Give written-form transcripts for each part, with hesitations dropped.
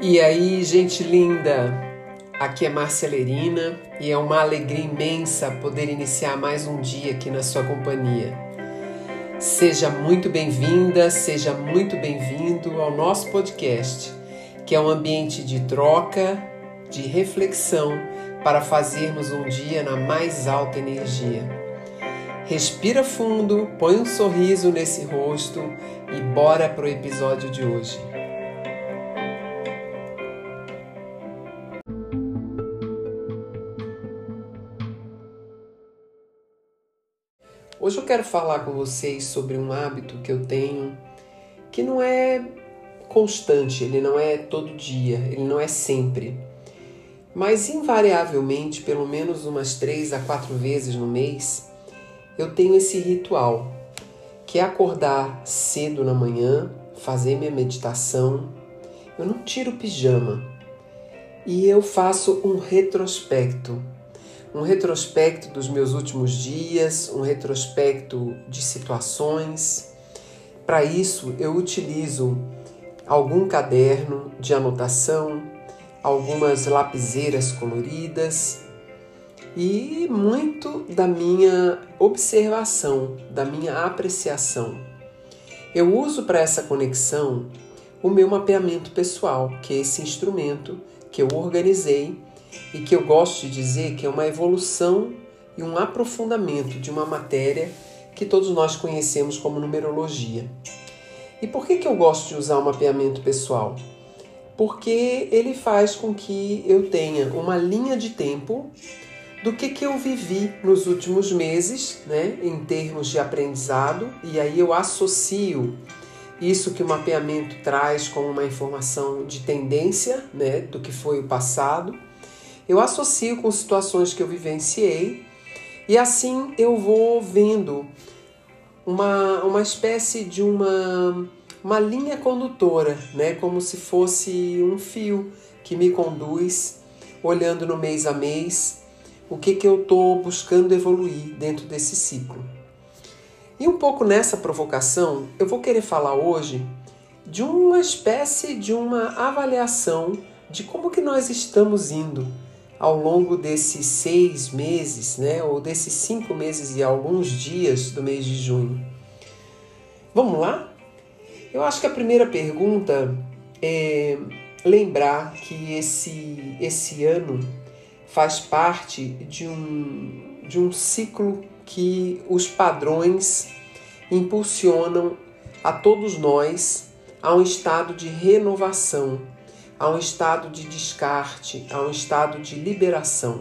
E aí, gente linda, aqui é Márcia Lerina e é uma alegria imensa poder iniciar mais um dia aqui na sua companhia. Seja muito bem-vinda, seja muito bem-vindo ao nosso podcast, que é um ambiente de troca, de reflexão para fazermos um dia na mais alta energia. Respira fundo, põe um sorriso nesse rosto e bora pro episódio de hoje. Hoje eu quero falar com vocês sobre um hábito que eu tenho que não é constante, ele não é todo dia, ele não é sempre. Mas invariavelmente, pelo menos umas 3 a 4 vezes no mês, eu tenho esse ritual, que é acordar cedo na manhã, fazer minha meditação. Eu não tiro o pijama e eu faço um retrospecto dos meus últimos dias, um retrospecto de situações. Para isso, eu utilizo algum caderno de anotação, algumas lapiseiras coloridas e muito da minha observação, da minha apreciação. Eu uso para essa conexão o meu mapeamento pessoal, que é esse instrumento que eu organizei e que eu gosto de dizer que é uma evolução e um aprofundamento de uma matéria que todos nós conhecemos como numerologia. E por que eu gosto de usar o mapeamento pessoal? Porque ele faz com que eu tenha uma linha de tempo do que eu vivi nos últimos meses, né, em termos de aprendizado, e aí eu associo isso que o mapeamento traz como uma informação de tendência, né, do que foi o passado. Eu associo com situações que eu vivenciei e assim eu vou vendo uma espécie de uma linha condutora, né? Como se fosse um fio que me conduz, olhando no mês a mês, o que eu estou buscando evoluir dentro desse ciclo. E um pouco nessa provocação, eu vou querer falar hoje de uma espécie de uma avaliação de como que nós estamos indo ao longo desses 6 meses, né, ou desses 5 meses e alguns dias do mês de junho. Vamos lá? Eu acho que a primeira pergunta é lembrar que esse ano faz parte de um ciclo que os padrões impulsionam a todos nós a um estado de renovação, a um estado de descarte, a um estado de liberação.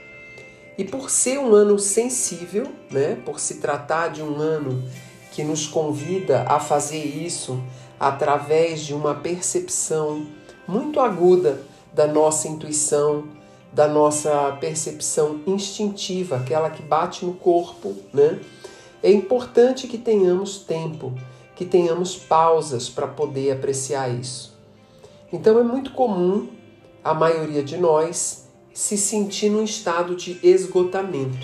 E por ser um ano sensível, né, por se tratar de um ano que nos convida a fazer isso através de uma percepção muito aguda da nossa intuição, da nossa percepção instintiva, aquela que bate no corpo, né? É importante que tenhamos tempo, que tenhamos pausas para poder apreciar isso. Então é muito comum a maioria de nós se sentir num estado de esgotamento.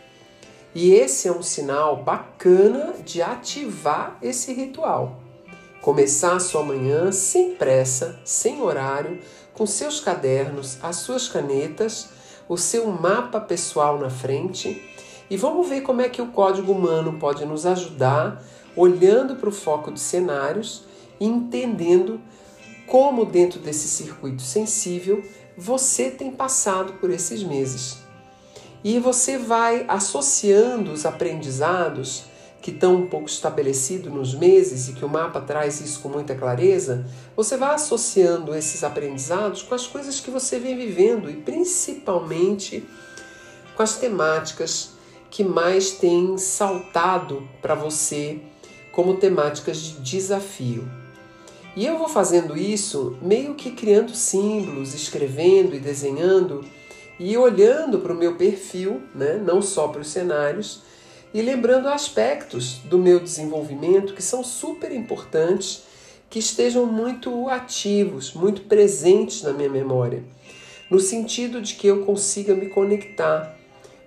E esse é um sinal bacana de ativar esse ritual. Começar a sua manhã sem pressa, sem horário, com seus cadernos, as suas canetas, o seu mapa pessoal na frente. E vamos ver como é que o código humano pode nos ajudar, olhando para o foco de cenários e entendendo como dentro desse circuito sensível você tem passado por esses meses. E você vai associando os aprendizados que estão um pouco estabelecidos nos meses e que o mapa traz isso com muita clareza, você vai associando esses aprendizados com as coisas que você vem vivendo e principalmente com as temáticas que mais têm saltado para você como temáticas de desafio. E eu vou fazendo isso meio que criando símbolos, escrevendo e desenhando e olhando para o meu perfil, né? Não só para os cenários, e lembrando aspectos do meu desenvolvimento que são super importantes, que estejam muito ativos, muito presentes na minha memória, no sentido de que eu consiga me conectar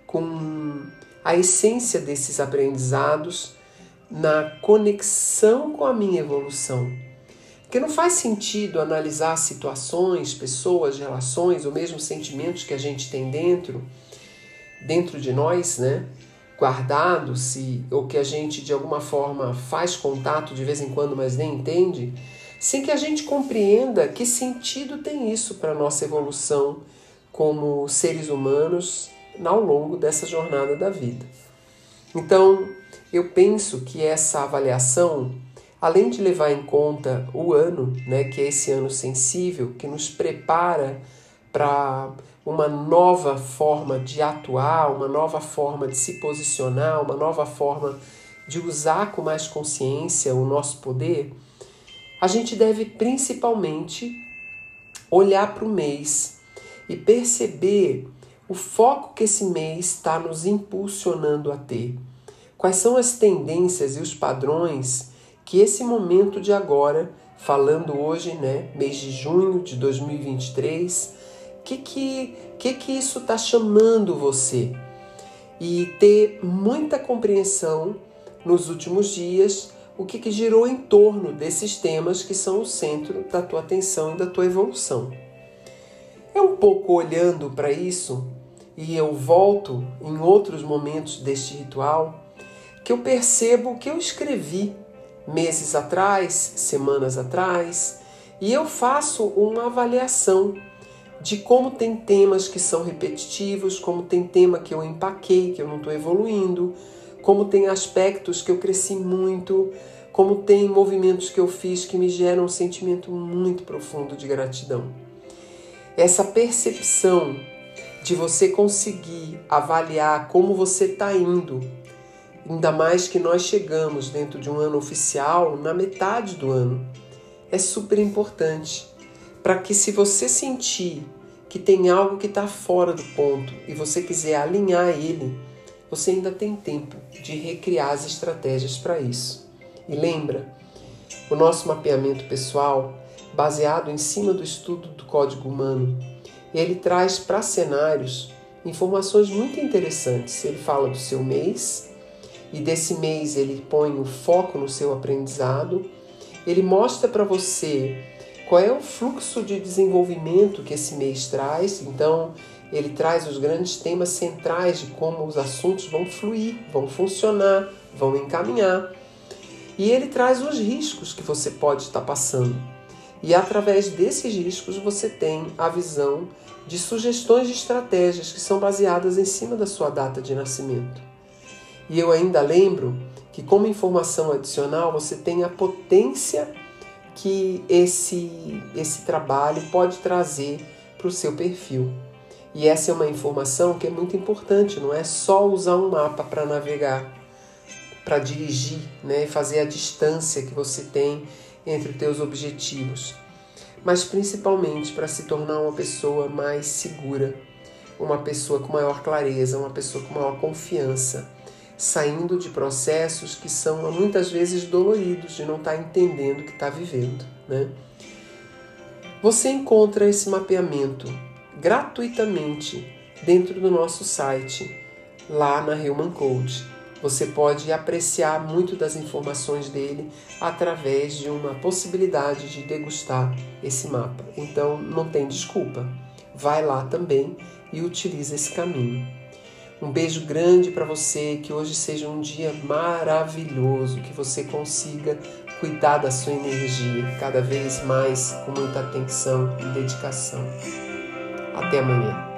com a essência desses aprendizados na conexão com a minha evolução. Porque não faz sentido analisar situações, pessoas, relações ou mesmo sentimentos que a gente tem dentro de nós, né? Guardados, ou que a gente de alguma forma faz contato de vez em quando, mas nem entende, sem que a gente compreenda que sentido tem isso para a nossa evolução como seres humanos ao longo dessa jornada da vida. Então, eu penso que essa avaliação, além de levar em conta o ano, né, que é esse ano sensível, que nos prepara para uma nova forma de atuar, uma nova forma de se posicionar, uma nova forma de usar com mais consciência o nosso poder, a gente deve principalmente olhar para o mês e perceber o foco que esse mês está nos impulsionando a ter. Quais são as tendências e os padrões que esse momento de agora, falando hoje, né, mês de junho de 2023, que isso está chamando você? E ter muita compreensão nos últimos dias o que girou em torno desses temas que são o centro da tua atenção e da tua evolução. É um pouco olhando para isso, e eu volto em outros momentos deste ritual, que eu percebo o que eu escrevi meses atrás, semanas atrás, e eu faço uma avaliação de como tem temas que são repetitivos, como tem tema que eu empaquei, que eu não estou evoluindo, como tem aspectos que eu cresci muito, como tem movimentos que eu fiz que me geram um sentimento muito profundo de gratidão. Essa percepção de você conseguir avaliar como você está indo, ainda mais que nós chegamos dentro de um ano oficial, na metade do ano, é super importante para que, se você sentir que tem algo que está fora do ponto e você quiser alinhar ele, você ainda tem tempo de recriar as estratégias para isso. E lembra, o nosso mapeamento pessoal, baseado em cima do estudo do código humano, ele traz para cenários informações muito interessantes. Ele fala do seu mês, e desse mês ele põe o foco no seu aprendizado. Ele mostra para você qual é o fluxo de desenvolvimento que esse mês traz. Então, ele traz os grandes temas centrais de como os assuntos vão fluir, vão funcionar, vão encaminhar. E ele traz os riscos que você pode estar passando. E através desses riscos você tem a visão de sugestões de estratégias que são baseadas em cima da sua data de nascimento. E eu ainda lembro que, como informação adicional, você tem a potência que esse trabalho pode trazer para o seu perfil. E essa é uma informação que é muito importante, não é só usar um mapa para navegar, para dirigir, né, e fazer a distância que você tem entre os teus objetivos, mas principalmente para se tornar uma pessoa mais segura, uma pessoa com maior clareza, uma pessoa com maior confiança, saindo de processos que são muitas vezes doloridos, de não estar entendendo o que está vivendo, né? Você encontra esse mapeamento gratuitamente dentro do nosso site, lá na Human Code. Você pode apreciar muito das informações dele através de uma possibilidade de degustar esse mapa. Então, não tem desculpa. Vai lá também e utiliza esse caminho. Um beijo grande para você, que hoje seja um dia maravilhoso, que você consiga cuidar da sua energia cada vez mais com muita atenção e dedicação. Até amanhã.